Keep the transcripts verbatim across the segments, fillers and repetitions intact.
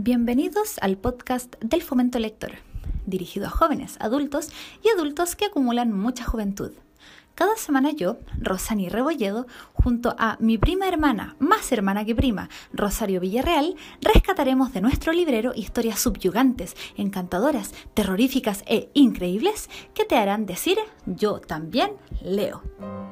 Bienvenidos al podcast del Fomento Lector, dirigido a jóvenes, adultos y adultos que acumulan mucha juventud. Cada semana yo, Rosani Rebolledo, junto a mi prima hermana, más hermana que prima, Rosario Villarreal, rescataremos de nuestro librero historias subyugantes, encantadoras, terroríficas e increíbles que te harán decir yo también leo.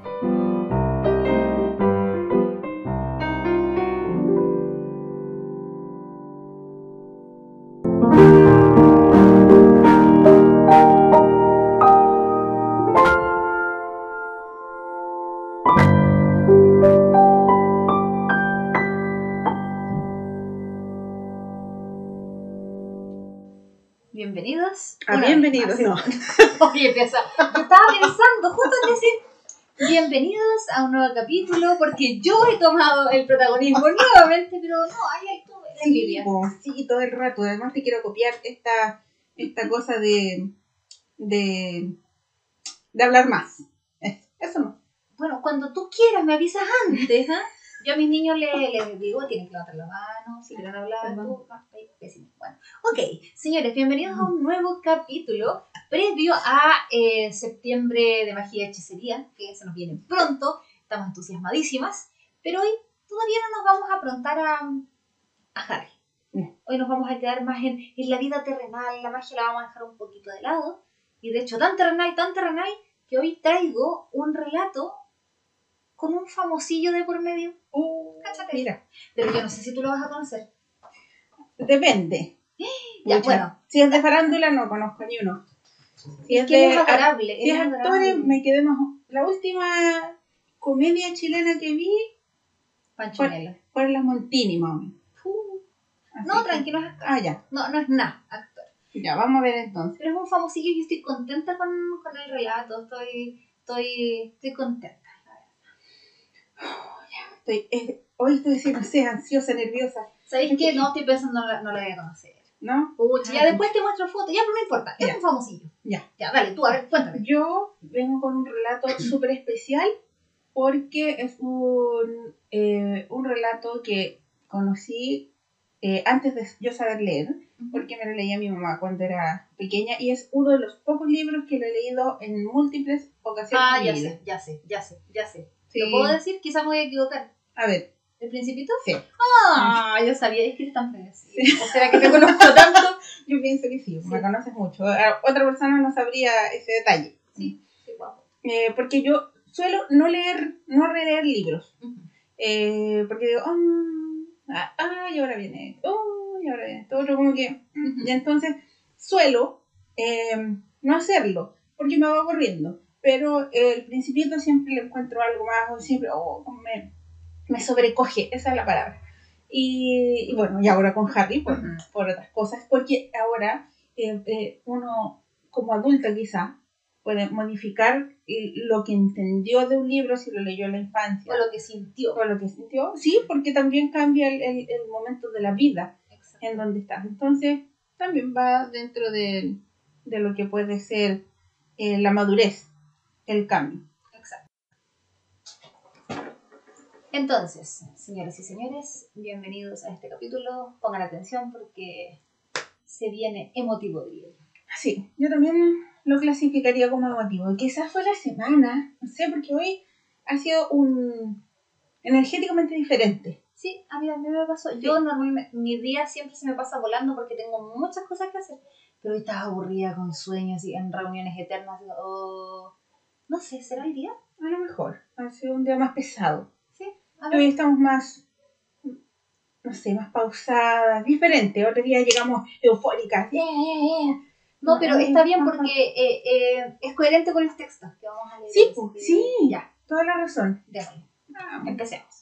Bienvenidos. Ah, bienvenidos, no. Oye, empieza. Yo estaba pensando justo en decir bienvenidos a un nuevo capítulo porque yo he tomado el protagonismo nuevamente, pero no, ahí hay todo en envidia. Sí, sí, todo el rato. Además te quiero copiar esta, esta cosa de, de, de hablar más. Eso no. Bueno, cuando tú quieras me avisas antes, ¿eh? Yo a mis niños les, les digo, tienen que levantar la mano, si quieren hablar, tú, pésimo. Bueno, ok, señores, bienvenidos a un nuevo capítulo previo a eh, septiembre de magia y hechicería, que se nos viene pronto, estamos entusiasmadísimas, pero hoy todavía no nos vamos a aprontar a, a Harry. Hoy nos vamos a quedar más en, en la vida terrenal, la magia la vamos a dejar un poquito de lado, y de hecho tan terrenal, tan terrenal, que hoy traigo un relato con un famosillo de por medio. Uh, Cáchate. Mira. Pero yo no sé si tú lo vas a conocer. Depende. Ya, Mucha. bueno. Si es de farándula, no conozco ni uno. Si es es que de es adorable. Si es, es actores, adorable. me quedé más. La última comedia chilena que vi Panchonela. fue, fue La Montini, mami. Uh. No, que, tranquilo, no es actor. Ah, ya. No, no es nada actor. Ya, vamos a ver entonces. Pero es un famosillo y estoy contenta con, con el relato. Estoy, estoy, estoy contenta. Estoy, eh, hoy estoy diciendo, no sé, ansiosa, nerviosa. ¿Sabéis qué? No, estoy pensando, no la, no la voy a conocer. ¿No? Pucha, Ah, ya después te muestro fotos, ya, pero no importa, es ya. un famosillo. Ya. Ya, dale, tú, a ver, cuéntame. Yo vengo con un relato súper especial porque es un, eh, un relato que conocí eh, antes de yo saber leer, porque me lo leía mi mamá cuando era pequeña y es uno de los pocos libros que lo he leído en múltiples ocasiones. Ah, en ya mi vida. sé, ya sé, ya sé, ya sé. Sí. ¿Lo puedo decir? Quizá me voy a equivocar. A ver. ¿El Principito? Sí. Ah, yo sabía, es que eres tan predecible. ¿O será que te conozco tanto? Yo pienso que sí, Sí. me conoces mucho. Otra persona no sabría ese detalle. Sí, sí, guapo. Eh, porque yo suelo no leer, no releer libros. Uh-huh. Eh, porque digo, oh, ah, ah, y ahora viene esto, oh, y ahora viene esto, otro como que, uh-huh. Y entonces suelo eh, no hacerlo, porque me va corriendo. Pero eh, el Principito siempre le encuentro algo más, o siempre, oh, me, me sobrecoge, esa es la palabra. Y, y bueno, y ahora con Harry, por, uh-huh. por otras cosas, porque ahora eh, eh, uno, como adulta quizá, puede modificar lo que entendió de un libro si lo leyó en la infancia. O lo que sintió. O lo que sintió, sí, porque también cambia el, el, el momento de la vida. Exacto. En donde estás. Entonces, también va dentro de, de lo que puede ser eh, la madurez, el cambio. Exacto. Entonces, señoras y señores, bienvenidos a este capítulo. Pongan atención porque se viene emotivo, diría yo. Sí, yo también lo clasificaría como emotivo. Quizás fue la semana, no sé, porque hoy ha sido un energéticamente diferente. Sí, a mí, a mí me pasó. Sí. Yo normalmente, mi día siempre se me pasa volando porque tengo muchas cosas que hacer. Pero hoy estaba aburrida con sueños y en reuniones eternas. Oh, no sé, ¿será el día? A lo mejor. Ha sido un día más pesado. Sí, a ver. Hoy estamos más, no sé, más pausadas, diferente. Otro día llegamos eufóricas. Yeah, yeah, yeah. No, pero está bien porque eh, eh, es coherente con los textos que vamos a leer. Sí, pues, sí, ya. Toda la razón. Déjame. Ah, empecemos.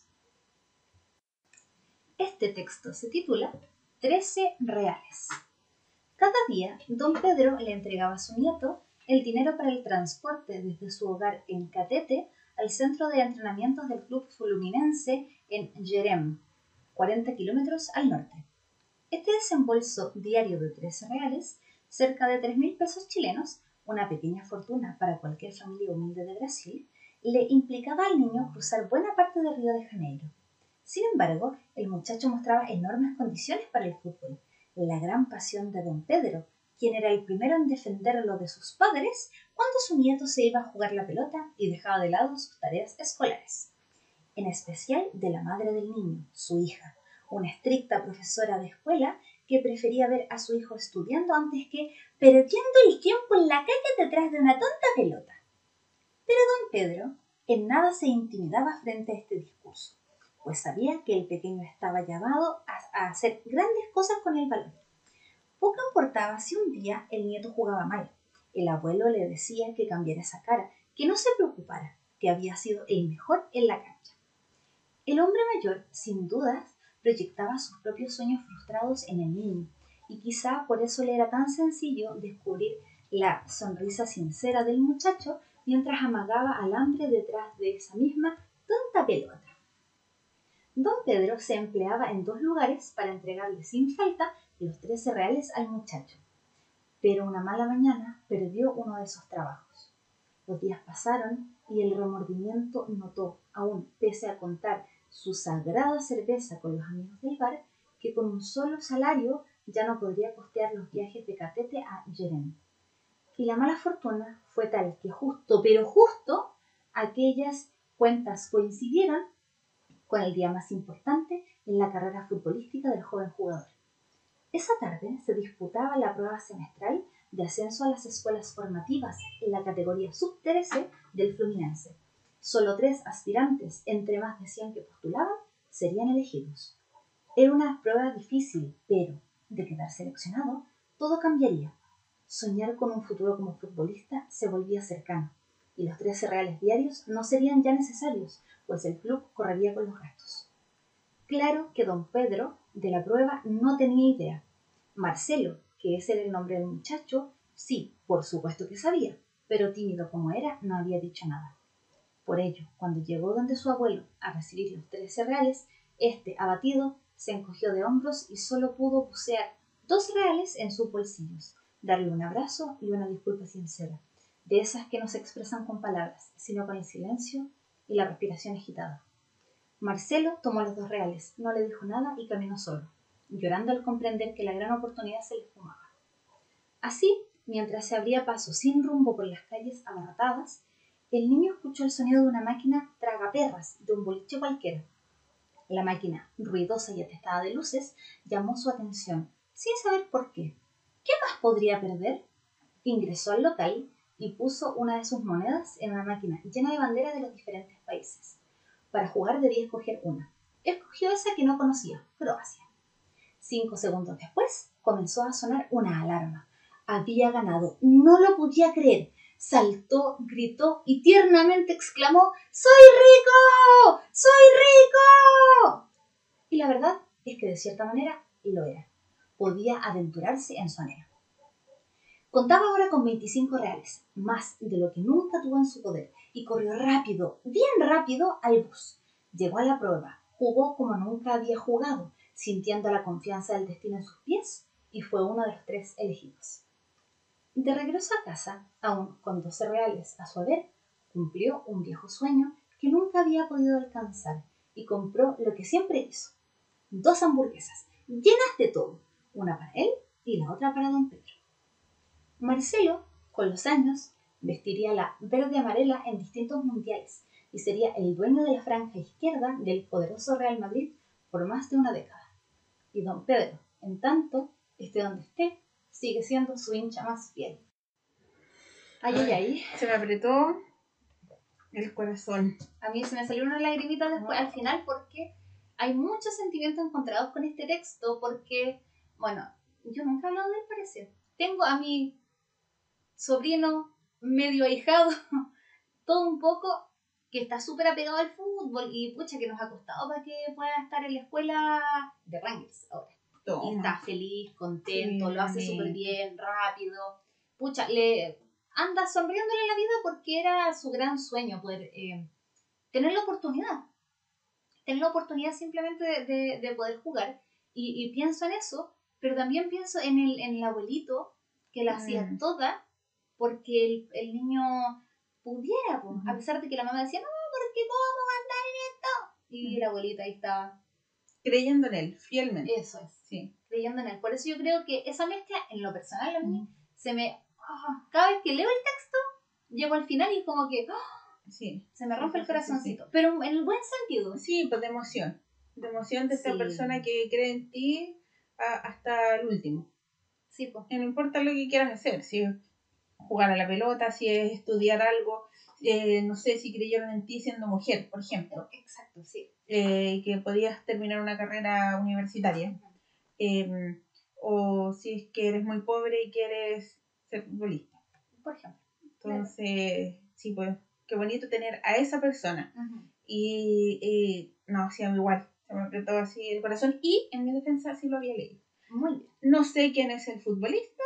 Este texto se titula trece reales. Cada día, don Pedro le entregaba a su nieto el dinero para el transporte desde su hogar en Catete al centro de entrenamientos del club fluminense en Jerem, cuarenta kilómetros al norte. Este desembolso diario de trece reales, cerca de tres mil pesos chilenos, una pequeña fortuna para cualquier familia humilde de Brasil, le implicaba al niño cruzar buena parte de Río de Janeiro. Sin embargo, el muchacho mostraba enormes condiciones para el fútbol, la gran pasión de don Pedro, quien era el primero en defenderlo de sus padres cuando su nieto se iba a jugar la pelota y dejaba de lado sus tareas escolares. En especial de la madre del niño, su hija, una estricta profesora de escuela que prefería ver a su hijo estudiando antes que perdiendo el tiempo en la calle detrás de una tonta pelota. Pero don Pedro en nada se intimidaba frente a este discurso, pues sabía que el pequeño estaba llamado a, a hacer grandes cosas con el balón. Poco importaba si un día el nieto jugaba mal. El abuelo le decía que cambiara esa cara, que no se preocupara, que había sido el mejor en la cancha. El hombre mayor, sin dudas, proyectaba sus propios sueños frustrados en el niño, y quizá por eso le era tan sencillo descubrir la sonrisa sincera del muchacho mientras amagaba al hambre detrás de esa misma tonta pelota. Don Pedro se empleaba en dos lugares para entregarle sin falta los trece reales al muchacho, pero una mala mañana perdió uno de esos trabajos. Los días pasaron y el remordimiento notó, aún pese a contar su sagrada cerveza con los amigos del bar, que con un solo salario ya no podría costear los viajes de Catete a Jerem. Y la mala fortuna fue tal que justo, pero justo, aquellas cuentas coincidieron con el día más importante en la carrera futbolística del joven jugador. Esa tarde se disputaba la prueba semestral de ascenso a las escuelas formativas en la categoría sub trece del Fluminense. Solo tres aspirantes, entre más de cien que postulaban, serían elegidos. Era una prueba difícil, pero, de quedar seleccionado, todo cambiaría. Soñar con un futuro como futbolista se volvía cercano, y los trece reales diarios no serían ya necesarios, pues el club correría con los gastos. Claro que don Pedro de la prueba no tenía idea. Marcelo, que ese era el nombre del muchacho, sí, por supuesto que sabía, pero tímido como era, no había dicho nada. Por ello, cuando llegó donde su abuelo a recibir los trece reales, este, abatido, se encogió de hombros y solo pudo bucear dos reales en sus bolsillos, darle un abrazo y una disculpa sincera, de esas que no se expresan con palabras, sino con el silencio y la respiración agitada. Marcelo tomó los dos reales, no le dijo nada y caminó solo, llorando al comprender que la gran oportunidad se le fumaba. Así, mientras se abría paso sin rumbo por las calles abarrotadas, el niño escuchó el sonido de una máquina tragaperras de un boliche cualquiera. La máquina, ruidosa y atestada de luces, llamó su atención, sin saber por qué. ¿Qué más podría perder? Ingresó al local y puso una de sus monedas en una máquina llena de banderas de los diferentes países. Para jugar debía escoger una. Escogió esa que no conocía, Croacia. Cinco segundos después, comenzó a sonar una alarma. Había ganado. No lo podía creer. Saltó, gritó y tiernamente exclamó: ¡Soy rico! ¡Soy rico! Y la verdad es que de cierta manera lo era. Podía aventurarse en su anhelo. Contaba ahora con veinticinco reales, más de lo que nunca tuvo en su poder, y corrió rápido, bien rápido, al bus. Llegó a la prueba, jugó como nunca había jugado, sintiendo la confianza del destino en sus pies, y fue uno de los tres elegidos. De regreso a casa, aún con doce reales a su haber, cumplió un viejo sueño que nunca había podido alcanzar, y compró lo que siempre hizo: dos hamburguesas, llenas de todo, una para él y la otra para don Pedro. Marcelo, con los años, vestiría la verde-amarela en distintos mundiales y sería el dueño de la franja izquierda del poderoso Real Madrid por más de una década. Y don Pedro, en tanto, esté donde esté, sigue siendo su hincha más fiel. Ay, ay, ay. Se me apretó el corazón. A mí se me salió una lagrimita después, al final, porque hay muchos sentimientos encontrados con este texto, porque, bueno, yo nunca he hablado de él, parece. Tengo a mi sobrino medio ahijado, todo un poco, que está súper apegado al fútbol y pucha que nos ha costado para que pueda estar en la escuela de Rangers ahora. Toma. Y está feliz, contento, sí, lo hace súper bien, rápido. Pucha, le anda sonriéndole la vida porque era su gran sueño poder eh, tener la oportunidad. Tener la oportunidad simplemente de, de, de poder jugar. Y, y pienso en eso, pero también pienso en el, en el abuelito que la mm. hacía toda porque el, el niño pudiera, pues, uh-huh. a pesar de que la mamá decía, no, porque ¿cómo va a andar en esto? Y uh-huh. la abuelita ahí estaba creyendo en él, fielmente. Eso es. Sí. creyendo en él. Por eso yo creo que esa mezcla, en lo personal a mí, se me... Oh, cada vez que leo el texto, llego al final y como que... Oh, sí. Se me rompe sí, el sí, corazoncito. sí, sí. Pero en el buen sentido. Sí, pues de emoción. De emoción de esta Sí. persona que cree en ti a, hasta el último. Sí, pues. Y no importa lo que quieras hacer, si es jugar a la pelota, si es estudiar algo, eh, no sé, si creyeron en ti siendo mujer, por ejemplo. Exacto, sí. Eh, que podías terminar una carrera universitaria. Uh-huh. Eh, o si es que eres muy pobre y quieres ser futbolista. Por ejemplo. Entonces, claro. Sí, pues, qué bonito tener a esa persona. Uh-huh. Y, y, no, sí, a mí igual, se me apretó así el corazón. Y en mi defensa sí lo había leído. Muy bien. No sé quién es el futbolista,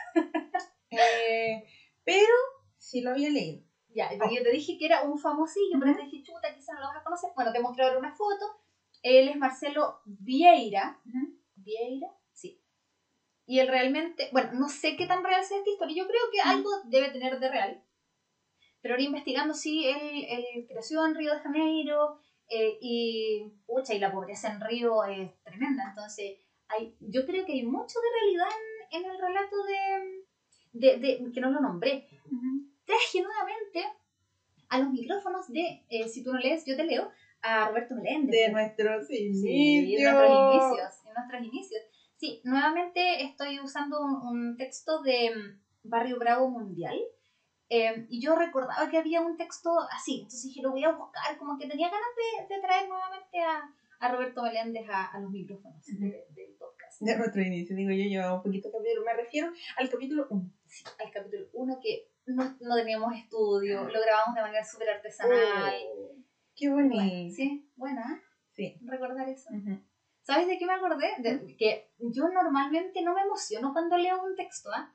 eh, pero sí lo había leído. Ya, porque oh. yo te dije que era un famosillo, uh-huh. pero te dije, chuta, quizás no lo vas a conocer. Bueno, te mostré ahora una foto. Él es Marcelo Vieira. Uh-huh. Vieira, sí. Y él realmente, bueno, no sé qué tan real sea esta historia. Yo creo que uh-huh. algo debe tener de real. Pero ahora investigando, sí, él, él creció en Río de Janeiro. Eh, y, pucha, y la pobreza en Río es tremenda. Entonces, hay, yo creo que hay mucho de realidad en, en el relato de, de, de, que no lo nombré. Uh-huh. Traje nuevamente a los micrófonos de, eh, si tú no lees, yo te leo, a Roberto Meléndez. De nuestros inicios. Sí, de nuestros inicios, de nuestros inicios. Sí, nuevamente estoy usando un, un texto de Barrio Bravo Mundial. Eh, y yo recordaba que había un texto así, entonces dije, lo voy a buscar, como que tenía ganas de, de traer nuevamente a, a Roberto Meléndez a, a los micrófonos uh-huh. de, del podcast. De nuestro inicio, digo yo, llevaba un poquito de capítulo, me refiero al capítulo uno. Sí, al capítulo uno que no, no teníamos estudio, lo grabamos de manera súper artesanal. Oh, qué bonito. Bueno, sí, buena. Sí. Recordar eso. Uh-huh. ¿Sabes de qué me acordé? De, uh-huh. Que yo normalmente no me emociono cuando leo un texto, ¿ah? ¿eh?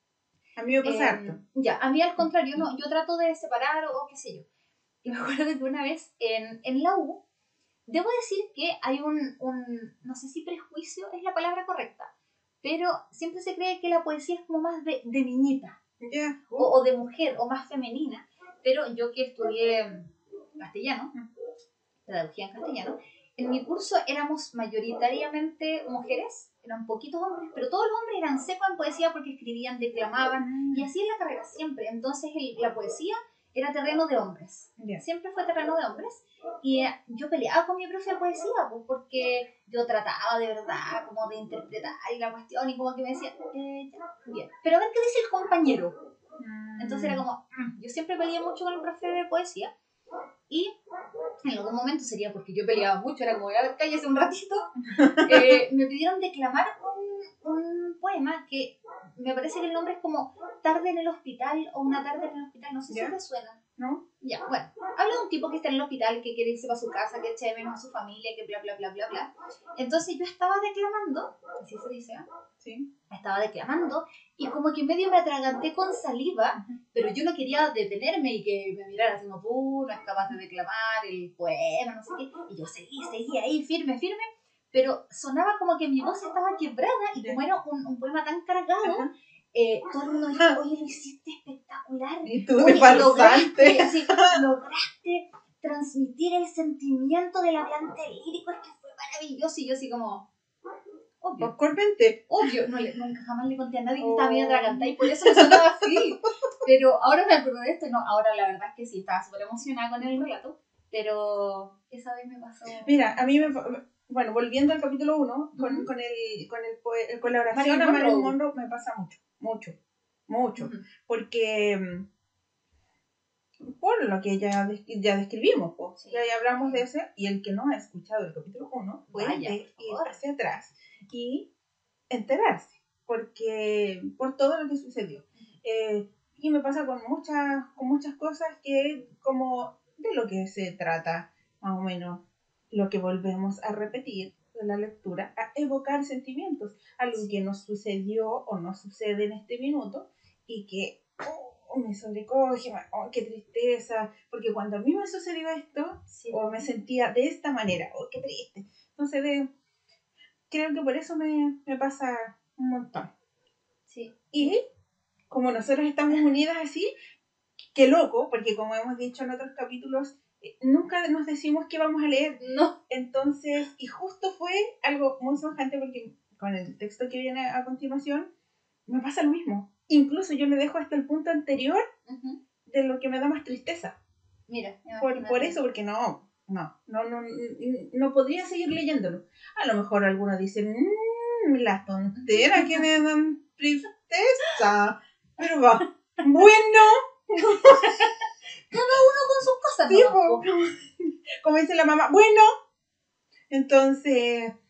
A mí me pasa eh, harto. Ya, a mí al contrario, no, yo trato de separar o, o qué sé yo. Y me acuerdo que una vez en, en la U, debo decir que hay un, un, no sé si prejuicio es la palabra correcta, pero siempre se cree que la poesía es como más de, de niñita, yeah. uh. o, o de mujer, o más femenina. Pero yo que estudié castellano, pedagogía en castellano, en mi curso éramos mayoritariamente mujeres, eran poquitos hombres, pero todos los hombres eran secos en poesía porque escribían, declamaban, y así es la carrera siempre. Entonces el, la poesía era terreno de hombres, yeah. Siempre fue terreno de hombres, y eh, yo peleaba con mi profe de poesía, pues, porque yo trataba de verdad como de interpretar y la cuestión, y como que me decía, eh, ya, bien, pero a ver qué dice el compañero. Mm. Entonces era como, mm, yo siempre peleé mucho con el profe de poesía, y en algún momento sería porque yo peleaba mucho, era como, a ver, cállese un ratito, eh, me pidieron declamar un, un poema que me parece que el nombre es como Tarde en el hospital o Una tarde en el hospital, no sé ¿Ya? Si te suena. ¿No? Ya, bueno, habla de un tipo que está en el hospital, que quiere irse para su casa, que echa de menos a su familia, que bla, bla, bla, bla, bla. Entonces yo estaba declamando, así se dice, ¿no? Sí. Estaba declamando y como que medio me atraganté con saliva, uh-huh. Pero yo no quería detenerme y que me mirara así como tú no es capaz de declamar el poema, no sé qué. Y yo seguí, seguí ahí, firme, firme, pero sonaba como que mi voz estaba quebrada y como era un, un poema tan cargado, uh-huh. eh, todo el mundo me dijo, oye, lo hiciste espectacular. Y tú oye, de farsante. Lograste, así, lograste transmitir el sentimiento del hablante lírico, es que fue maravilloso. Y yo así como... Obvio. Oscormente. Obvio, no le, nunca jamás le conté a nadie que oh. Estaba bien atragantada y por eso me sonaba así. Pero ahora me acuerdo de esto, no, ahora la verdad es que sí, estaba súper emocionada con el relato, pero esa vez me pasó... Mira, a mí me... Bueno, volviendo al capítulo uno, con, uh-huh. con, el, con, el, poe, con la oración Marilyn a Marilyn Monroe. Monroe me pasa mucho, mucho, mucho, uh-huh. Porque... Por lo que ya, ya describimos, pues, sí. Ya, ya hablamos de ese, y el que no ha escuchado el capítulo uno puede ir hacia atrás y enterarse, porque por todo lo que sucedió. Eh, y me pasa con muchas, con muchas cosas que, como de lo que se trata, más o menos, lo que volvemos a repetir de la lectura, a evocar sentimientos, algo sí. Que nos sucedió o no sucede en este minuto, y que... Oh, me sobrecoge, oh, qué tristeza, porque cuando a mí me sucedió esto, sí. O me sentía de esta manera, oh, qué triste. Entonces, de, creo que por eso me, me pasa un montón. Sí. Y como nosotros estamos unidas así, qué loco, porque como hemos dicho en otros capítulos, eh, nunca nos decimos qué vamos a leer. No. Entonces, y justo fue algo muy semejante, porque con el texto que viene a continuación, me pasa lo mismo. Incluso yo le dejo hasta el punto anterior uh-huh. de lo que me da más tristeza. Mira, por, por eso, porque no, no, no, no, no podría seguir leyéndolo. A lo mejor algunos dicen, mmm, la tontera que me dan tristeza. Pero va, bueno. Cada uno con sus cosas, sí, ¿no? Como dice la mamá, bueno. Entonces,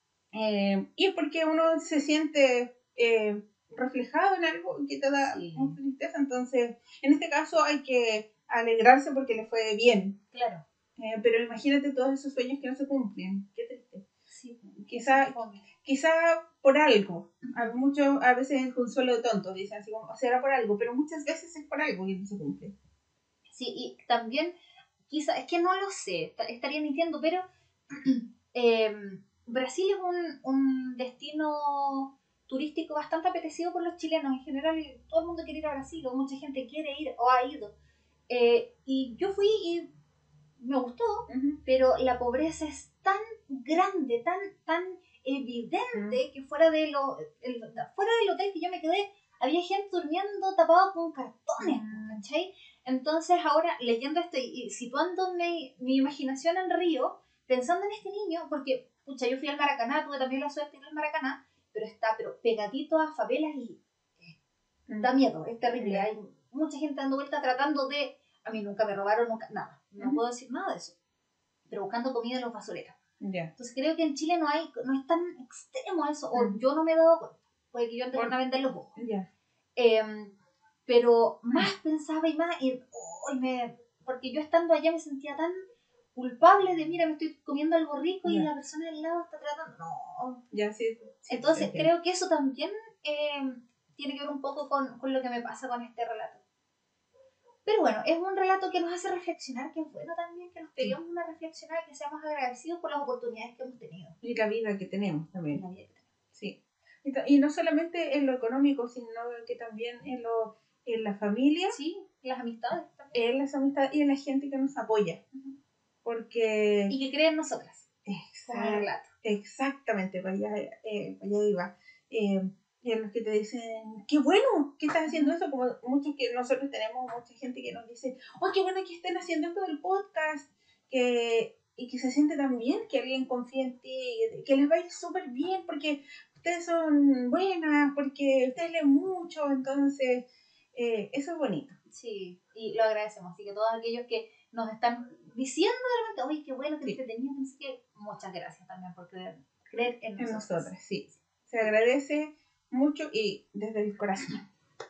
eh, y es porque uno se siente eh, reflejado en algo que te da sí. tristeza. Entonces, en este caso hay que alegrarse porque le fue bien. Claro. Eh, pero imagínate todos esos sueños que no se cumplen. Qué triste. Sí. Quizá, quizá por algo. A, mucho, a veces es el consuelo de tontos, dicen así como, o sea, era por algo, pero muchas veces es por algo que no se cumple. Sí, y también, quizá, es que no lo sé, estaría mintiendo, pero eh, Brasil es un, un destino turístico bastante apetecido por los chilenos. En general, todo el mundo quiere ir a Brasil, o mucha gente quiere ir, o ha ido. Eh, y yo fui y me gustó, uh-huh. pero la pobreza es tan grande, tan, tan evidente, uh-huh. que fuera, de lo, el, fuera del hotel que yo me quedé, había gente durmiendo tapada con cartones, uh-huh. ¿cachai? Entonces ahora, leyendo esto y situando mi, mi imaginación en Río, pensando en este niño, porque, pucha, yo fui al Maracaná, tuve también la suerte de ir al Maracaná, pero está pero pegadito a favelas y eh, uh-huh. da miedo, es terrible, uh-huh. hay mucha gente dando vuelta tratando de... A mí nunca me robaron, nunca, nada. No uh-huh. puedo decir nada de eso. Pero buscando comida en los basureros. Yeah. Entonces creo que en Chile no hay, no es tan extremo eso, uh-huh. o yo no me he dado cuenta. Puede que yo antes bueno. a vender los ojos. Yeah. Eh, pero más uh-huh. pensaba y más, y, oh, y me, porque yo estando allá me sentía tan culpable de, mira, me estoy comiendo algo rico yeah. y la persona del lado está tratando. No. Yeah, sí, sí, Entonces sí, sí. creo que eso también eh, tiene que ver un poco con, con lo que me pasa con este relato. Pero bueno, es un relato que nos hace reflexionar, que es bueno también que nos peguemos una reflexionar, que seamos agradecidos por las oportunidades que hemos tenido. Y la vida que tenemos también. La vida que tenemos. Sí. Y no solamente en lo económico, sino que también en, lo, en la familia. Sí, las amistades también. En las amistades y en la gente que nos apoya. Uh-huh. Porque... Y que cree en nosotras. Exacto. Relato. Exactamente, para allá, eh, para allá iba. Eh, y a los que te dicen, qué bueno que estás haciendo eso, como muchos que nosotros tenemos, mucha gente que nos dice, oh, qué bueno que estén haciendo esto del podcast, que, y que se siente tan bien que alguien confía en ti, que les va a ir súper bien porque ustedes son buenas, porque ustedes leen mucho, entonces eh, eso es bonito. Sí, y lo agradecemos, así que todos aquellos que nos están diciendo de repente, oye, qué bueno, que sí. entretenido, así que muchas gracias también por creer, creer en, en nosotros. nosotras. Sí, se agradece mucho y desde el corazón.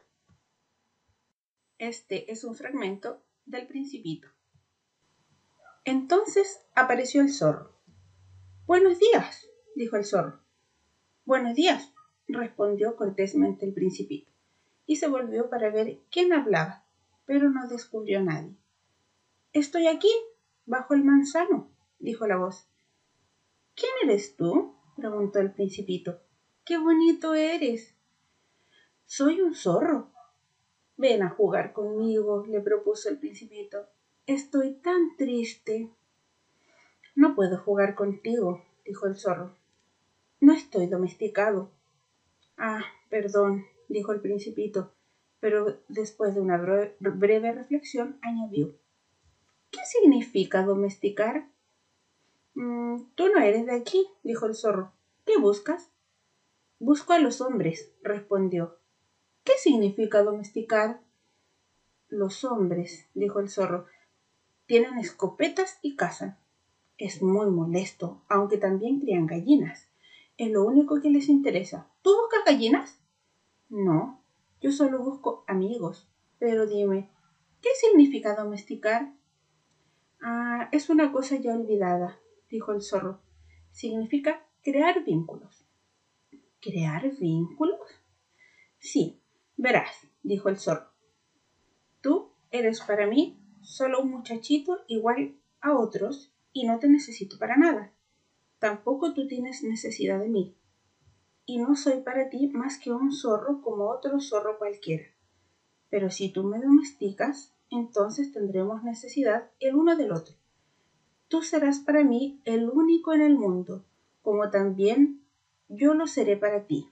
Este es un fragmento del Principito. Entonces apareció el zorro. Buenos días, dijo el zorro. Buenos días, respondió cortésmente el Principito, y se volvió para ver quién hablaba, pero no descubrió a nadie. Estoy aquí, bajo el manzano, dijo la voz. ¿Quién eres tú?, preguntó el Principito. ¡Qué bonito eres! Soy un zorro. Ven a jugar conmigo, le propuso el Principito. Estoy tan triste. No puedo jugar contigo, dijo el zorro. No estoy domesticado. Ah, perdón, dijo el Principito, pero después de una breve, breve reflexión añadió. ¿Qué significa domesticar? Mm, tú no eres de aquí, dijo el zorro. ¿Qué buscas? Busco a los hombres, respondió. ¿Qué significa domesticar? Los hombres, dijo el zorro, tienen escopetas y cazan. Es muy molesto, aunque también crían gallinas. Es lo único que les interesa. ¿Tú buscas gallinas? No, yo solo busco amigos. Pero dime, ¿qué significa domesticar? Ah, es una cosa ya olvidada, dijo el zorro. Significa crear vínculos. ¿Crear vínculos? Sí, verás, dijo el zorro. Tú eres para mí solo un muchachito igual a otros y no te necesito para nada. Tampoco tú tienes necesidad de mí. Y no soy para ti más que un zorro como otro zorro cualquiera. Pero si tú me domesticas, entonces tendremos necesidad el uno del otro. Tú serás para mí el único en el mundo, como también yo lo seré para ti.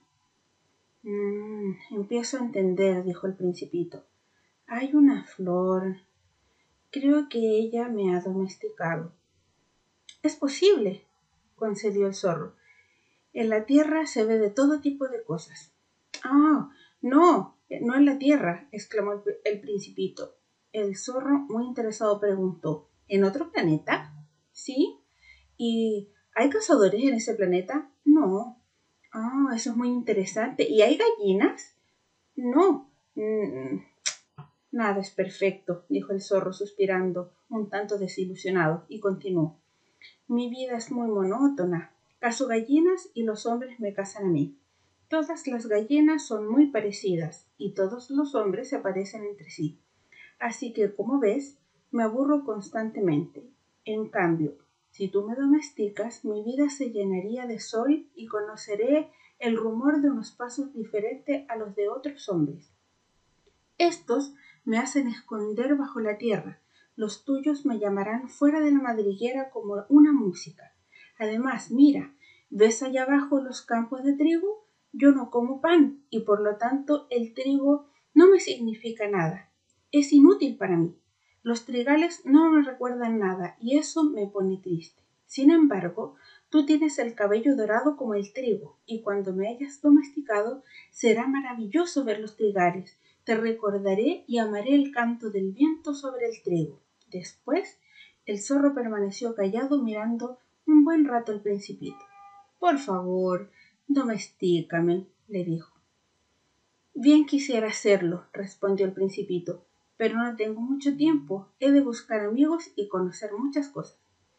Mm, empiezo a entender, dijo el Principito. Hay una flor. Creo que ella me ha domesticado. Es posible, concedió el zorro. En la tierra se ve de todo tipo de cosas. Ah, no, no en la tierra, exclamó el, el Principito. El zorro, muy interesado, preguntó, ¿en otro planeta? Sí. ¿Y hay cazadores en ese planeta? No. Ah, eso es muy interesante. ¿Y hay gallinas? No. Mm, nada es perfecto, dijo el zorro suspirando, un tanto desilusionado, y continuó. Mi vida es muy monótona. Cazo gallinas y los hombres me cazan a mí. Todas las gallinas son muy parecidas y todos los hombres se parecen entre sí. Así que, como ves, me aburro constantemente. En cambio, si tú me domesticas, mi vida se llenaría de sol y conoceré el rumor de unos pasos diferentes a los de otros hombres. Estos me hacen esconder bajo la tierra. Los tuyos me llamarán fuera de la madriguera como una música. Además, mira, ¿ves allá abajo los campos de trigo? Yo no como pan y por lo tanto el trigo no me significa nada. Es inútil para mí. Los trigales no me recuerdan nada y eso me pone triste. Sin embargo, tú tienes el cabello dorado como el trigo y cuando me hayas domesticado será maravilloso ver los trigales. Te recordaré y amaré el canto del viento sobre el trigo. Después, el zorro permaneció callado mirando un buen rato al Principito. Por favor, domestícame, le dijo. Bien quisiera hacerlo, respondió el Principito, pero no tengo mucho tiempo. He de buscar amigos y conocer muchas cosas.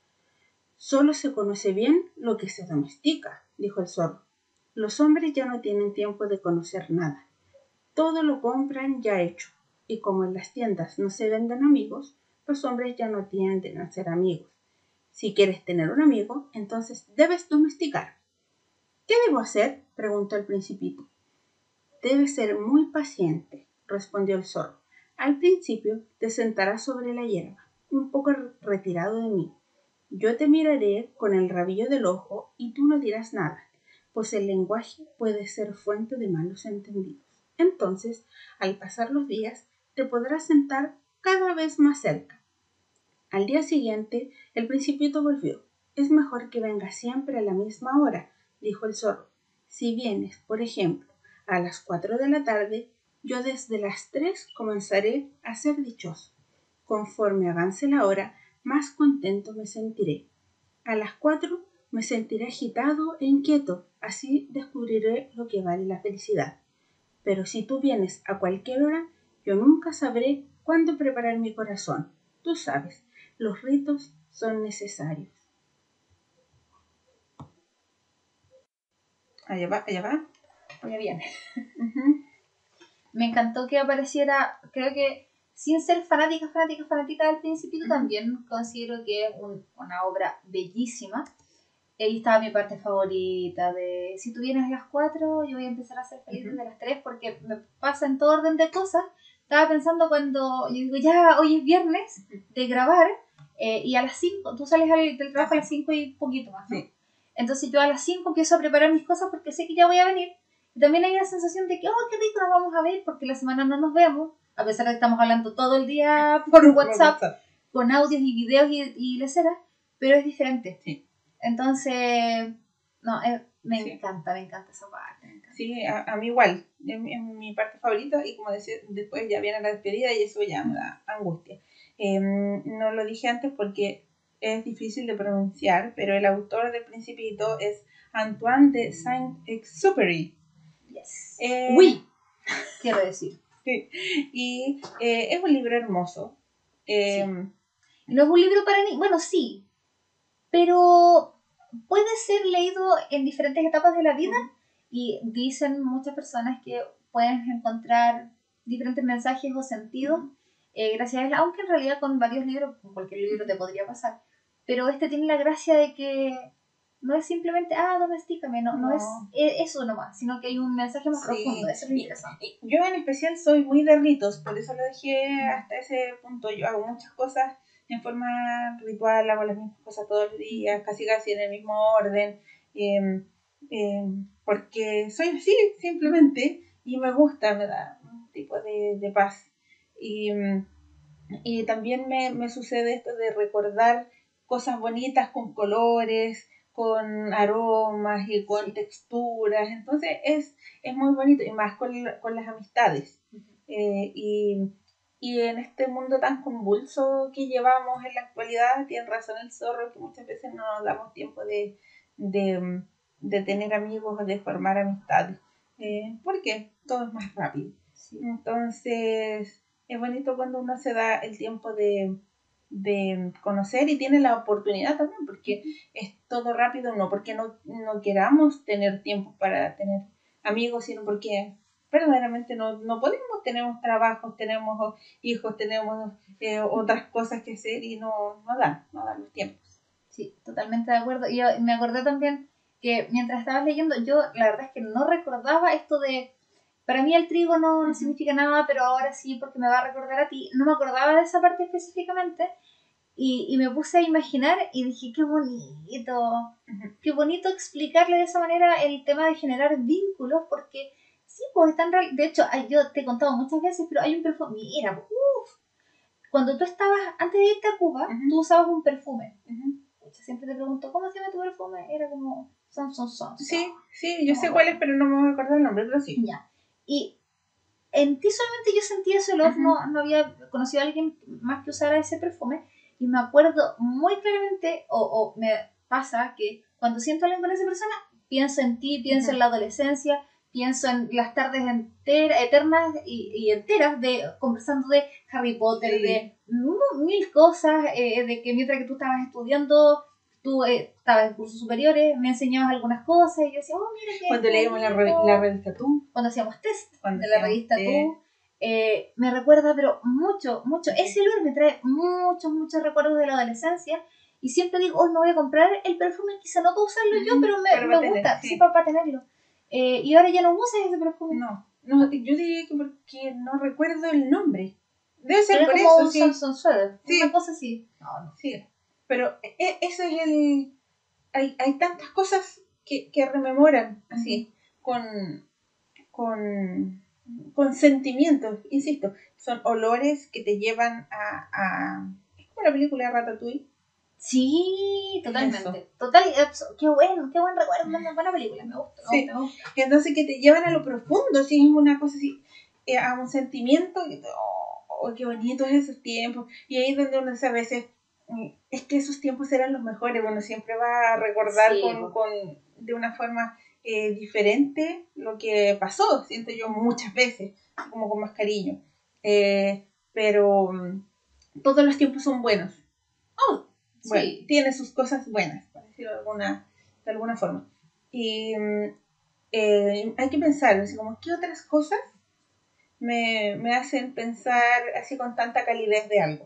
Solo se conoce bien lo que se domestica, dijo el zorro. Los hombres ya no tienen tiempo de conocer nada. Todo lo compran ya hecho, y como en las tiendas no se venden amigos, los hombres ya no tienden a ser amigos. Si quieres tener un amigo, entonces debes domesticar. ¿Qué debo hacer?, preguntó el Principito. Debes ser muy paciente, respondió el zorro. Al principio te sentarás sobre la hierba, un poco retirado de mí. Yo te miraré con el rabillo del ojo y tú no dirás nada, pues el lenguaje puede ser fuente de malos entendidos. Entonces, al pasar los días, te podrás sentar cada vez más cerca. Al día siguiente, el Principito volvió. Es mejor que vengas siempre a la misma hora, dijo el zorro. Si vienes, por ejemplo, a las cuatro de la tarde, yo desde las tres comenzaré a ser dichoso. Conforme avance la hora, más contento me sentiré. A las cuatro me sentiré agitado e inquieto, así descubriré lo que vale la felicidad. Pero si tú vienes a cualquier hora, yo nunca sabré cuándo preparar mi corazón. Tú sabes, los ritos son necesarios. Allá va, allá va. Muy bien. Uh-huh. Me encantó que apareciera, creo que sin ser fanática, fanática, fanática del Principito, uh-huh. También considero que es un, una obra bellísima. Ahí estaba mi parte favorita de si tú vienes a las cuatro, yo voy a empezar a ser feliz uh-huh. desde las tres, porque me pasa en todo orden de cosas. Estaba pensando cuando yo digo, ya hoy es viernes de grabar, eh, y a las cinco, tú sales al, del trabajo a las cinco y poquito más, ¿no? Sí. Entonces yo a las cinco empiezo a preparar mis cosas porque sé que ya voy a venir. Y también hay una sensación de que, oh, qué rico, nos vamos a ver porque la semana no nos vemos, a pesar de que estamos hablando todo el día por WhatsApp, con audios y videos y, y leceras, pero es diferente. Sí. Entonces, no, eh, me sí. encanta, me encanta esa parte. Me encanta. Sí, a, a mí igual, es mi, es mi parte favorita y como decía, después ya viene la despedida y eso ya me da angustia. Eh, no lo dije antes porque es difícil de pronunciar, pero el autor del Principito es Antoine de Saint-Exupéry. Yes. Eh, oui, quiero decir. Sí. Y eh, es un libro hermoso. Eh, sí. No es un libro para niños, bueno, sí, pero puede ser leído en diferentes etapas de la vida, uh-huh. Y dicen muchas personas que pueden encontrar diferentes mensajes o sentidos, uh-huh. eh, gracias a él, aunque en realidad con varios libros, con cualquier libro te podría pasar, pero este tiene la gracia de que no es simplemente, ah, domestícame, no, no, no es eso nomás, sino que hay un mensaje más sí. profundo, eso es interesante. Y, y yo en especial soy muy de ritos, por eso lo dejé uh-huh. hasta ese punto. Yo hago muchas cosas en forma ritual, hago las mismas cosas todos los días, casi casi en el mismo orden. Eh, eh, porque soy así simplemente y me gusta, me da un tipo de, de paz. Y, y también me, me sucede esto de recordar cosas bonitas con colores, con aromas y con sí. texturas. Entonces es, es muy bonito, y más con, con las amistades. Uh-huh. Eh, y, y en este mundo tan convulso que llevamos en la actualidad, tiene razón el zorro, que muchas veces no nos damos tiempo de, de, de tener amigos o de formar amistades. Eh, porque todo es más rápido. Sí. Entonces es bonito cuando uno se da el tiempo de, de conocer y tiene la oportunidad también, porque es todo rápido, no porque no, no queramos tener tiempo para tener amigos, sino porque verdaderamente no, no podemos, tenemos trabajos, tenemos hijos, tenemos eh, otras cosas que hacer y no, no dan, no dan los tiempos. Sí, totalmente de acuerdo. Y yo me acordé también que mientras estabas leyendo, yo la verdad es que no recordaba esto de, para mí el trigo no, no significa nada, pero ahora sí porque me va a recordar a ti. No me acordaba de esa parte específicamente y, y me puse a imaginar y dije, qué bonito, uh-huh. qué bonito explicarle de esa manera el tema de generar vínculos, porque sí, pues están real. De hecho, yo te he contado muchas veces, pero hay un perfume, mira, uff, cuando tú estabas, antes de irte a Cuba, uh-huh. tú usabas un perfume. Uh-huh. Siempre te pregunto, ¿cómo se llama tu perfume? Era como Son Son Son. Sí, sí, yo no sé cuál es, pero no me voy a acordar el nombre, pero sí. Ya. Y en ti solamente yo sentía ese olor, uh-huh. no, no había conocido a alguien más que usara ese perfume. Y me acuerdo muy claramente, o, o me pasa que cuando siento a alguien con esa persona, pienso en ti, pienso uh-huh. en la adolescencia, pienso en las tardes enteras, eternas y, y enteras de conversando de Harry Potter, sí. de mil cosas, eh, de que mientras que tú estabas estudiando, tú eh, estabas en cursos superiores, me enseñabas algunas cosas y yo decía, oh, mira qué cuando leíamos la, re- la revista Tú, cuando hacíamos test cuando de la revista te... Tú, eh, me recuerda, pero mucho, mucho, ese olor me trae muchos, muchos recuerdos de la adolescencia. Y siempre digo, oh, me voy a comprar el perfume, quizá no puedo usarlo yo, pero me, pero me gusta, tener, sí, sí para, para tenerlo. Eh, y ahora ya no usas ese perfume. No, no, yo diría que porque no recuerdo el nombre. Debe ser pero por como eso, un sí. Samson Sweater, Sí. una cosa así. No, no. Sí, pero e- eso es el... Hay, hay tantas cosas que, que rememoran, así, uh-huh. con, con, con sentimientos, insisto. Son olores que te llevan a... a es como la película de Ratatouille. Sí, totalmente. Total, qué bueno, qué buen recuerdo, una buena película, me gusta. Sí. Me gusta. Entonces que te llevan a lo profundo, sí, es una cosa así, eh, a un sentimiento, que, oh, oh, qué bonitos esos tiempos. Y ahí es donde uno dice a veces, es que esos tiempos eran los mejores, bueno, siempre va a recordar sí, con, con, de una forma eh, diferente lo que pasó, siento yo muchas veces, como con más cariño. Eh, pero um, todos los tiempos son buenos. Oh, bueno, sí. Tiene sus cosas buenas, por decirlo de alguna, de alguna forma. Y eh, hay que pensar, así como, ¿qué otras cosas me, me hacen pensar así con tanta calidez de algo?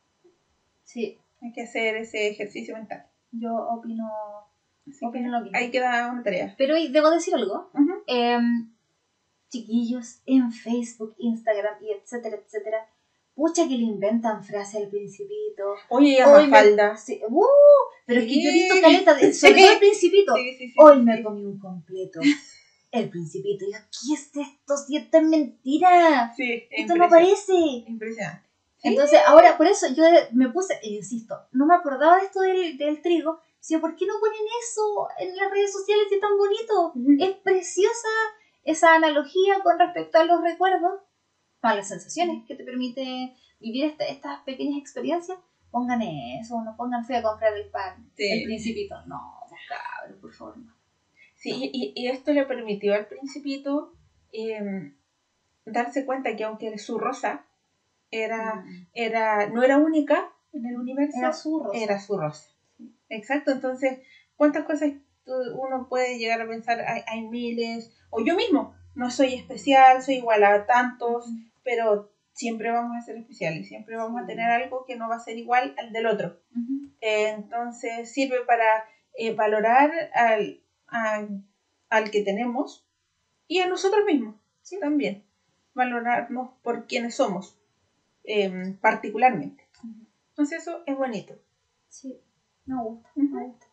Sí. Hay que hacer ese ejercicio mental. Yo opino, así opino lo mismo. Ahí queda una tarea. Pero debo decir algo. Uh-huh. Eh, chiquillos, en Facebook, Instagram y etcétera, etcétera, pucha que le inventan frases al Principito. Oye, ya más falda. Sí, uh, pero sí. Es que yo he visto caleta, de, sobre todo el Principito. Sí, sí, sí, hoy sí, me sí. comí un completo. El Principito. Y yo, ¿qué es esto? Si esto es mentira. Sí, esto no parece. Impresionante. ¿Sí? Entonces, ahora, por eso yo me puse, e insisto, no me acordaba de esto del, del trigo. Sino, ¿por qué no ponen eso en las redes sociales si es tan bonito? Uh-huh. Es preciosa esa analogía con respecto a los recuerdos, a las sensaciones que te permite vivir este, estas pequeñas experiencias. Pongan eso, no pongan fui a comprar el pan, sí. el Principito. No, cabrón, por favor, no. Sí, no. Y, y esto le permitió al Principito eh, darse cuenta que aunque su rosa era, mm. era, no era única en el universo, era su rosa. Era su rosa. Sí. Exacto, entonces, ¿cuántas cosas uno puede llegar a pensar? Hay, hay miles, o yo mismo, no soy especial, soy igual a tantos, mm. pero siempre vamos a ser especiales, siempre vamos sí. a tener algo que no va a ser igual al del otro. Uh-huh. Eh, entonces, sirve para eh, valorar al, al, al que tenemos y a nosotros mismos, sí. también. Valorarnos por quienes somos, eh, particularmente. Uh-huh. Entonces, eso es bonito. Sí, me gusta, uh-huh. me gusta.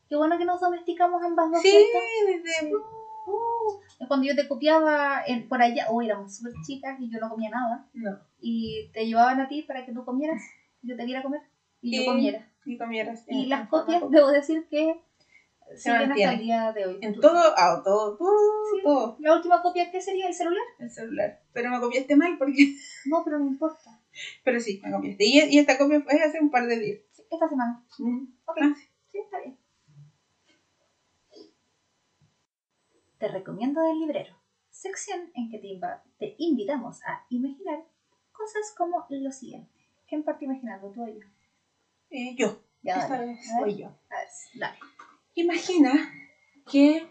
Qué bueno que nos domesticamos ambas dos, Sí, ¿cierto? desde... Uh, cuando yo te copiaba en, por allá, oh, éramos súper chicas y yo no comía nada. No. Y te llevaban a ti para que tú comieras, yo te diera a comer y yo Y- comiera. Y comieras. Y en- las en forma copias, de- debo decir que Se siguen hasta mantiene. el día de hoy. En Tú- todo, ah, todo, todo, Sí. todo. La última copia, ¿qué sería? ¿El celular? El celular. Pero me copiaste mal porque... No, pero no importa. Pero sí, me copiaste. Y, y esta copia fue hace un par de días. Sí, esta semana. Mm. Ok, Ah, sí. sí, está bien. Te recomiendo del librero. Sección en que te, inva- te invitamos a imaginar cosas como lo siguiente. ¿Quién parte imaginando, tú o yo? Eh, yo. Ya, Esta dale. vez A ver. soy yo. A ver, dale. Imagina que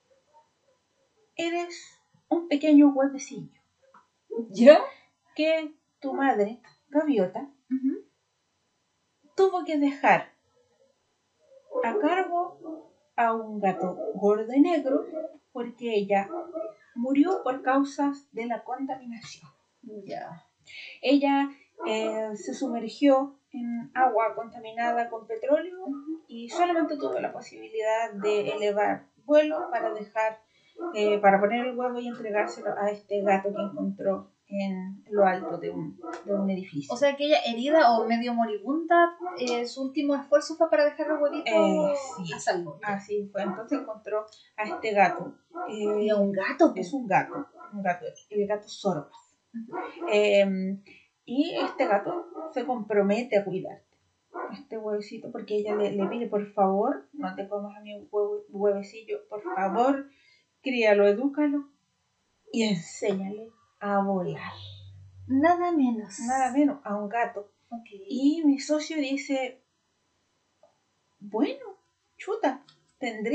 eres un pequeño huevecillo. ¿Ya? Que tu madre, gaviota, Uh-huh. tuvo que dejar a cargo a un gato gordo y negro porque ella murió por causas de la contaminación. Ya. Ella eh, se sumergió en agua contaminada con petróleo y solamente tuvo la posibilidad de elevar vuelo para dejar, eh, para poner el huevo y entregárselo a este gato que encontró en lo alto de un, de un edificio. O sea que ella, herida o medio moribunda, eh, su último esfuerzo fue para dejar el huevito Eh, sí. a salvo. Así fue. Entonces encontró a este gato. Eh, Y a un gato. es un gato, un gato, el gato Sorbas. Eh, y este gato se compromete a cuidarte, a este huevecito, porque ella le, le pide, por favor, no te comas a mi huevo- huevecillo, por favor, críalo, edúcalo y enséñale a volar. Nada menos. Nada menos, a un gato. Okay. Y mi socio dice, bueno, chuta, tendré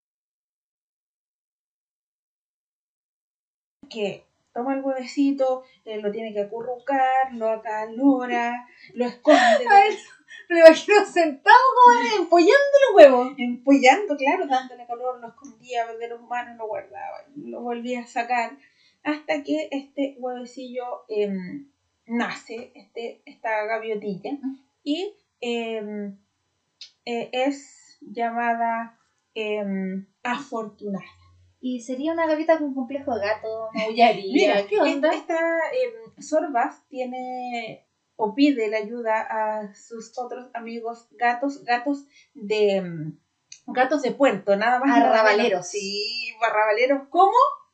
que toma el huevecito, eh, lo tiene que acurrucar, lo acalora, lo esconde, Ay, me imagino sentado como empollando los huevos. empollando, claro, dándole calor, lo escondía de los humanos, lo guardaba, lo volvía a sacar, hasta que este huevecillo eh, nace, este, esta gaviotilla, y eh, eh, es llamada eh, afortunada. Y sería una gaviota con complejo de gato, maullaría. Mira, ¿qué onda? Esta eh, Sorbas tiene o pide la ayuda a sus otros amigos gatos, gatos de um, gatos de puerto, nada más. Arrabaleros. Sí, arrabaleros, ¿cómo?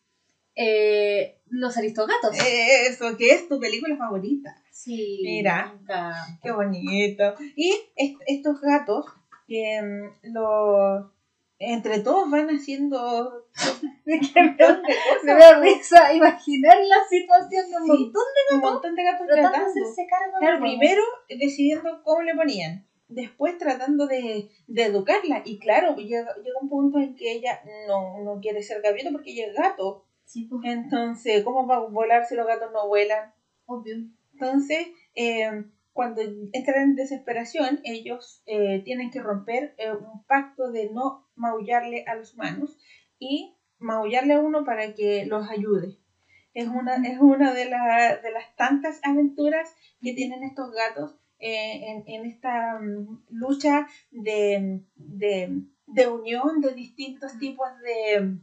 Eh, los aristogatos. Eso, que es tu película favorita. Sí. Mira, Nunca. qué bonito. Y est estos gatos, que um, los entre todos van haciendo Me da cosas. risa imaginar la situación de un Sí, montón un montón de gatos tratando de tratando. hacerse cargo de Claro, algo. primero decidiendo cómo le ponían, después tratando de, de educarla. Y claro, llega, llega un punto en que ella no, no quiere ser gaviota porque ella es gato. Sí, pues, Entonces, ¿cómo va a volar si los gatos no vuelan? obvio. Entonces, eh, cuando entran en desesperación, ellos eh, tienen que romper eh, un pacto de no maullarle a los humanos y maullarle a uno para que los ayude. Es una, es una de, la, de las tantas aventuras que tienen estos gatos eh, en, en esta um, lucha de, de, de unión de distintos tipos de,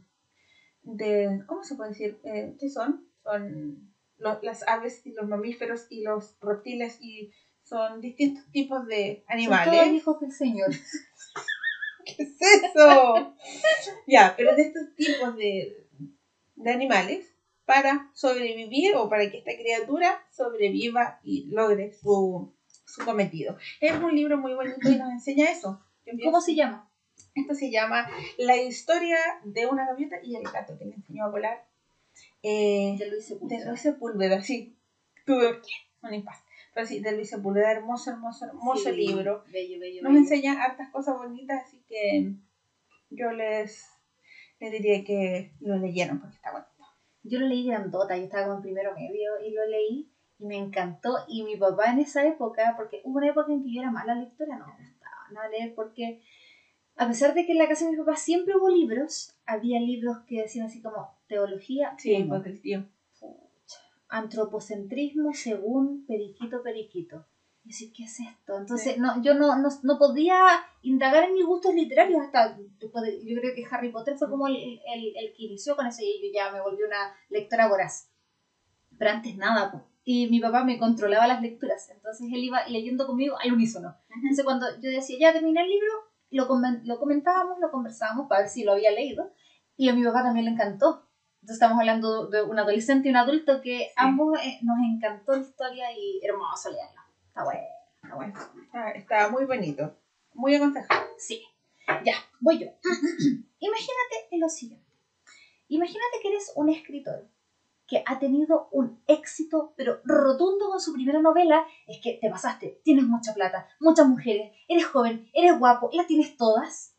de ¿cómo se puede decir? Eh, ¿Qué son? Son lo, las aves y los mamíferos y los reptiles y son distintos tipos de animales. Son todos hijos del Señor. ¿Qué es eso? Ya, pero de estos tipos de, de animales para sobrevivir o para que esta criatura sobreviva y logre su, su cometido. Es un libro muy bonito y nos enseña eso. ¿Cómo se llama? Esto se llama La historia de una gaviota y el gato que le enseñó a volar. Eh, De Luis de Sepúlveda. Luis Sepúlveda, sí. Tuve un impasse. Pero sí, de Luis Sepúlveda, hermoso, hermoso, hermoso Sí, libro. Bello, bello, Nos bello. enseña hartas cosas bonitas, así que yo les, les diría que lo leyeran porque está bonito. Yo lo leí grandota, yo estaba como en primero medio y lo leí y me encantó. Y mi papá en esa época, porque hubo una época en que yo era mala lectora, no me gustaba nada leer porque a pesar de que en la casa de mi papá siempre hubo libros, había libros que decían así como teología, Sí, uno, pues del tío. antropocentrismo según Periquito Periquito. Y decir, ¿qué es esto? Entonces, sí. no, yo no, no, no podía indagar en mis gustos literarios hasta, yo creo que Harry Potter fue como el, el, el que inició con eso, y yo ya me volví una lectora voraz. Pero antes nada, pues. Y mi papá me controlaba las lecturas, entonces él iba leyendo conmigo al unísono. Uh-huh. Entonces cuando yo decía, ya terminé el libro, lo, com- lo comentábamos, lo conversábamos para ver si lo había leído, y a mi papá también le encantó. Entonces estamos hablando de un adolescente y un adulto que sí. ambos eh, nos encantó la historia y hermoso leerlo. Está bueno, está bueno. Ah, está muy bonito, muy aconsejable. Sí, ya, voy yo. Imagínate lo siguiente. Imagínate que eres un escritor que ha tenido un éxito, pero rotundo con su primera novela. Es que te pasaste, tienes mucha plata, muchas mujeres, eres joven, eres guapo, las tienes todas.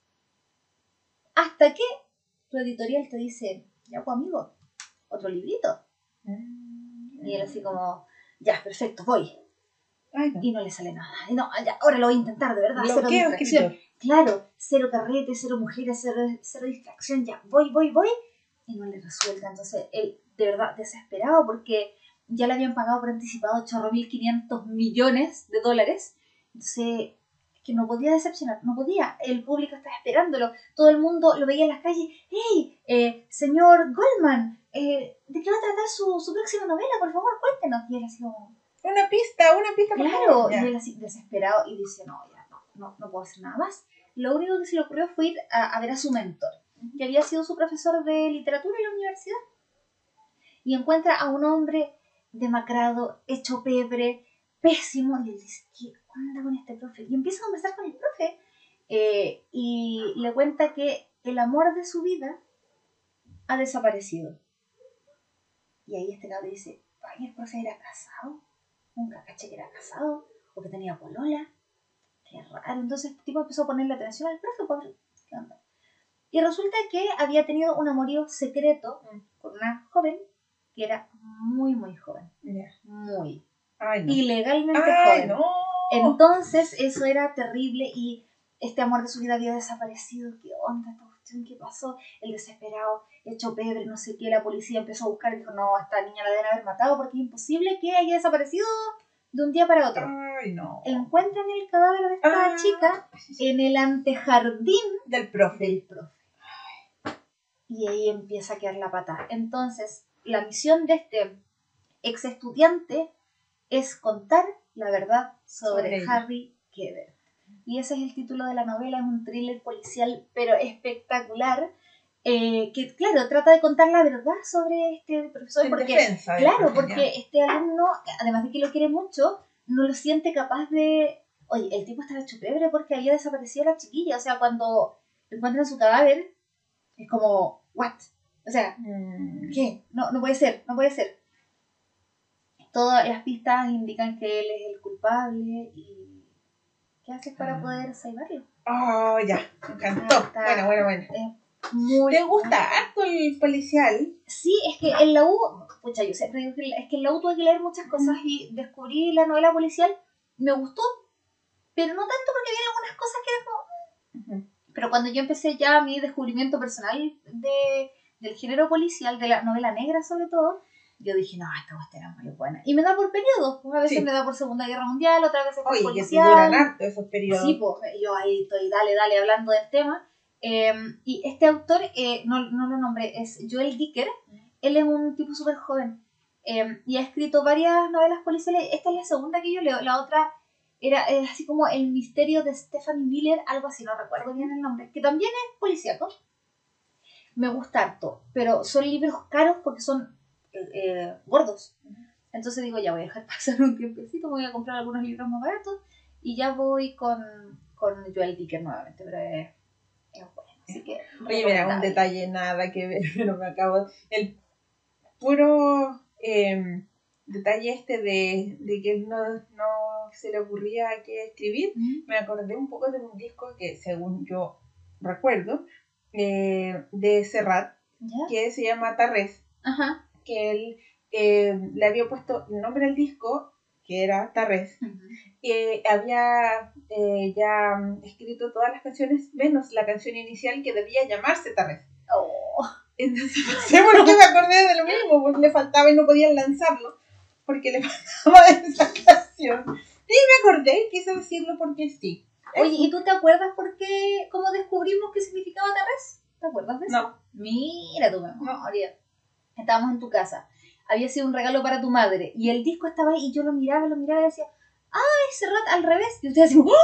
Hasta que tu editorial te dice, ya pues amigo, otro librito. Mm. Y él así como, ya, perfecto, voy. Ay, no. Y no le sale nada. Y no, ya, ahora lo voy a intentar, de verdad. Lo cero que distracción. Claro, cero carrete, cero mujeres, cero, cero distracción, ya, voy, voy, voy. Y no le resulta. Entonces él, de verdad, desesperado, porque ya le habían pagado por anticipado ocho mil quinientos millones de dólares. Entonces, que no podía decepcionar, no podía. El público estaba esperándolo. Todo el mundo lo veía en las calles. ¡Hey, eh, señor Goldman! Eh, ¿De qué va a tratar su, su próxima novela? Por favor, cuéntenos. Y él así como... Una pista, una pista, por claro, favor. Y él así desesperado y dice, no, ya, no, no, no puedo hacer nada más. Lo único que se le ocurrió fue ir a, a ver a su mentor, que había sido su profesor de literatura en la universidad. Y encuentra a un hombre demacrado, hecho pebre, pésimo, y él dice, ¿qué onda con este profe? Y empieza a conversar con el profe, eh, y le cuenta que el amor de su vida ha desaparecido. Y ahí este lado dice, ay, el profe era casado, nunca caché que era casado, o que tenía polola, qué raro. Entonces este tipo empezó a ponerle atención al profe, pobre, ¿qué onda? Y resulta que había tenido un amorío secreto con una joven que era muy, muy joven. Yeah. Muy. Ay, no. Ilegalmente Ay, joven. No. Entonces, eso era terrible y este amor de su vida había desaparecido. ¿Qué onda esta cuestión? ¿Qué pasó? El desesperado, hecho pebre, no sé qué. La policía empezó a buscar y dijo, no, a esta niña la deben haber matado porque es imposible que haya desaparecido de un día para otro. Ay, no. Encuentran el cadáver de esta ah, chica en el antejardín del profe. Del profe. Y ahí empieza a quedar la pata. Entonces, la misión de este ex estudiante es contar la verdad sobre, sobre Harry Quebert. Y ese es el título de la novela, es un thriller policial, pero espectacular, eh, que claro, trata de contar la verdad sobre este profesor, en porque, defensa de claro, este porque este alumno, además de que lo quiere mucho, no lo siente capaz de, oye, el tipo estaba hecho pebre porque había desaparecido la chiquilla, o sea, cuando encuentran su cadáver, es como, what? O sea, mm. ¿qué? No, no puede ser, no puede ser. Todas las pistas indican que él es el culpable y ¿qué haces para poder salvarlo? Oh, ya, me encantó. Está, bueno, bueno, bueno. Es muy, ¿Te gusta harto el policial? Sí, es que en la U, pucha, yo siempre digo que es que en la U tuve que leer muchas cosas y descubrí la novela policial, me gustó, pero no tanto porque había algunas cosas que eran como... Uh-huh. Pero cuando yo empecé ya mi descubrimiento personal de, del género policial, de la novela negra sobre todo, yo dije, no, esta cuestión era muy buena. Y me da por periodos, pues a veces sí. me da por Segunda Guerra Mundial, otras veces por Oye, policial. Oye, que duran harto esos periodos. Sí, pues yo ahí estoy, dale, dale, hablando del tema. Eh, y este autor, eh, no, no lo nombré, es Joel Dicker. Él es un tipo súper joven. Eh, y ha escrito varias novelas policiales. Esta es la segunda que yo leo. La otra era eh, así como El misterio de Stephanie Miller, algo así, no recuerdo bien el nombre, que también es policíaco. Me gusta harto, pero son libros caros porque son eh, gordos. Entonces digo, ya voy a dejar pasar un tiempecito, voy a comprar algunos libros más baratos y ya voy con, con Joel Dicker nuevamente, pero es, es bueno. Así que, oye, mira, un detalle nada que ver, pero me acabo... El puro eh, detalle este de, de que no, no se le ocurría qué escribir, ¿Mm? Me acordé un poco de un disco que, según yo recuerdo, eh, de Serrat, ¿Ya? Que se llama Tarrés. Ajá. Que él eh, le había puesto el nombre al disco, que era Tarrés, uh-huh. que había eh, ya escrito todas las canciones, menos la canción inicial que debía llamarse Tarrés. Oh. Entonces, no sé por qué me acordé de lo mismo, porque le faltaba y no podían lanzarlo, porque le faltaba esa canción. me acordé, quise decirlo porque sí. Oye, ¿y tú te acuerdas por qué, cómo descubrimos qué significaba Terres? ¿Te acuerdas de eso? No. Mira tu memoria. Estábamos en tu casa. Había sido un regalo para tu madre. Y el disco estaba ahí y yo lo miraba, lo miraba y decía, ¡ay, Serrat al revés! Y usted así, ¡oh!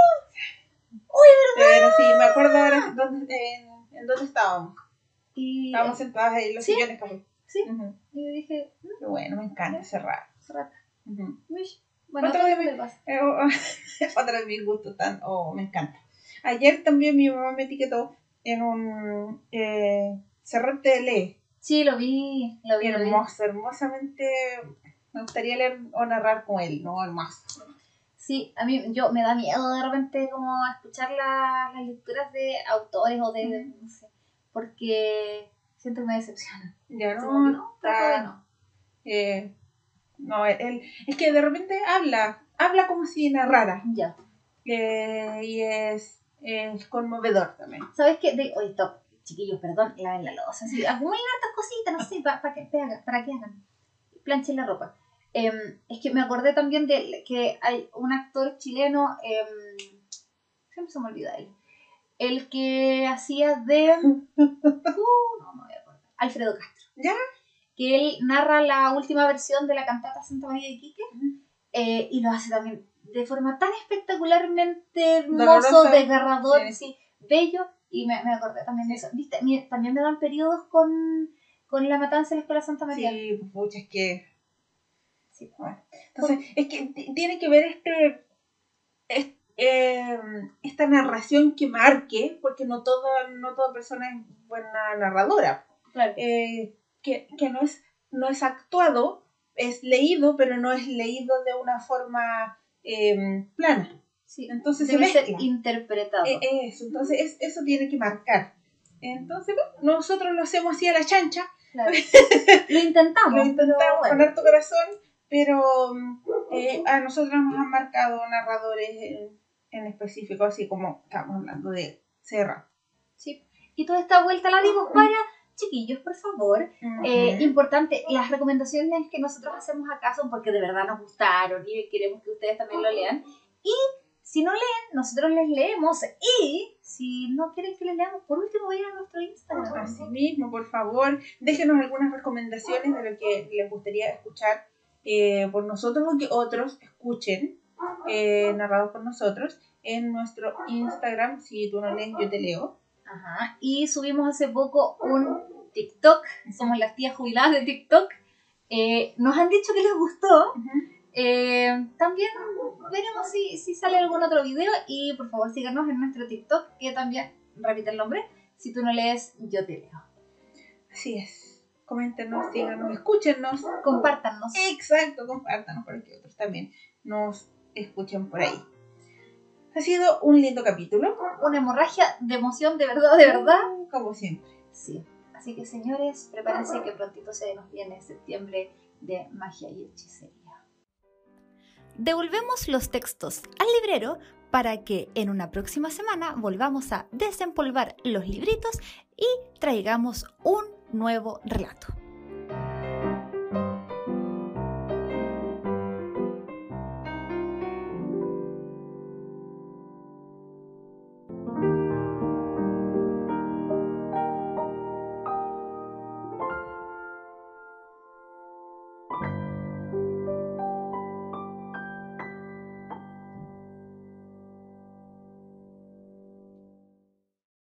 ¡Uy, verdad! Pero sí, me acuerdo ahora dónde, en, en dónde estábamos. Y, Estábamos sentadas ahí en los ¿sí? sillones, café. Sí. Uh-huh. Y yo dije, mm, qué bueno, me encanta Serrat. Serrat. Uh-huh. Bueno, otra vez, me, eh, oh, otra vez mi gusto tan, oh, me encanta. Ayer también mi mamá me etiquetó en un eh, Serrat te lee. Sí, lo vi, lo vi. Hermoso, lo vi. Hermosamente, me gustaría leer o narrar con él, ¿no? Hermoso. Sí, a mí yo me da miedo de repente como escuchar la, las lecturas de autores o de, de, no sé, porque siento que me decepcionan. Ya no, no, no, trato de no. Eh, no, él, es que de repente habla, habla como si narrara. Ya. Eh, y es, es conmovedor también. ¿Sabes qué? De, oye, stop, chiquillos, perdón, laven la loza, así, acumulen hartas cositas, no sé, para pa que, pa, para que hagan, planchen la ropa. Eh, es que me acordé también de que hay un actor chileno, eh, siempre se me olvida él, el que hacía de, uh, no me voy a acordar, Alfredo Castro. ¿Ya? Que él narra la última versión de la cantata Santa María de Iquique, uh-huh. eh, y lo hace también de forma tan espectacularmente hermoso, doloroso, desgarrador, sí. Sí, bello, y me, me acordé también sí. de eso. ¿Viste? También me dan periodos con, con la matanza de la Escuela Santa María. Sí, pucha, es que... Sí. Bueno. Entonces, pues, es que t- tiene que ver este... este eh, esta narración que marque, porque no, todo, no toda persona es buena narradora. Claro. Eh, que, que no es, no es actuado, es leído, pero no es leído de una forma eh, plana. Sí, entonces debe se ser interpretado. Eh, eso, entonces es, eso tiene que marcar. Entonces, bueno, nosotros lo hacemos así a la chancha. Claro. Lo intentamos. Lo intentamos pero, con bueno. harto corazón, pero eh, a nosotros nos han marcado narradores en, en específico, así como estamos hablando de Serrat. Sí, y toda esta vuelta la dimos para... Chiquillos, por favor, uh-huh. eh, importante, las recomendaciones que nosotros hacemos acá son porque de verdad nos gustaron y queremos que ustedes también lo lean. Y si no leen, nosotros les leemos. Y si no quieren que les leamos, por último vayan a nuestro Instagram. Así mismo, por favor, déjenos algunas recomendaciones de lo que les gustaría escuchar eh, por nosotros o que otros escuchen, eh, narrados por nosotros, en nuestro Instagram. Si tú no lees, yo te leo. Ajá. Y subimos hace poco un TikTok, somos las tías jubiladas de TikTok, eh, nos han dicho que les gustó, uh-huh. eh, también veremos si, si sale algún otro video y por favor síganos en nuestro TikTok, que también, repite el nombre, si tú no lees, yo te leo. Así es, coméntenos, síganos, escúchenos, compártanos. Exacto, compártanos para que otros también nos escuchen por ahí. Ha sido un lindo capítulo. Una hemorragia de emoción, de verdad, de verdad. Como siempre. Sí. Así que, señores, prepárense que prontito se nos viene septiembre de magia y hechicería. Devolvemos los textos al librero para que en una próxima semana volvamos a desempolvar los libritos y traigamos un nuevo relato.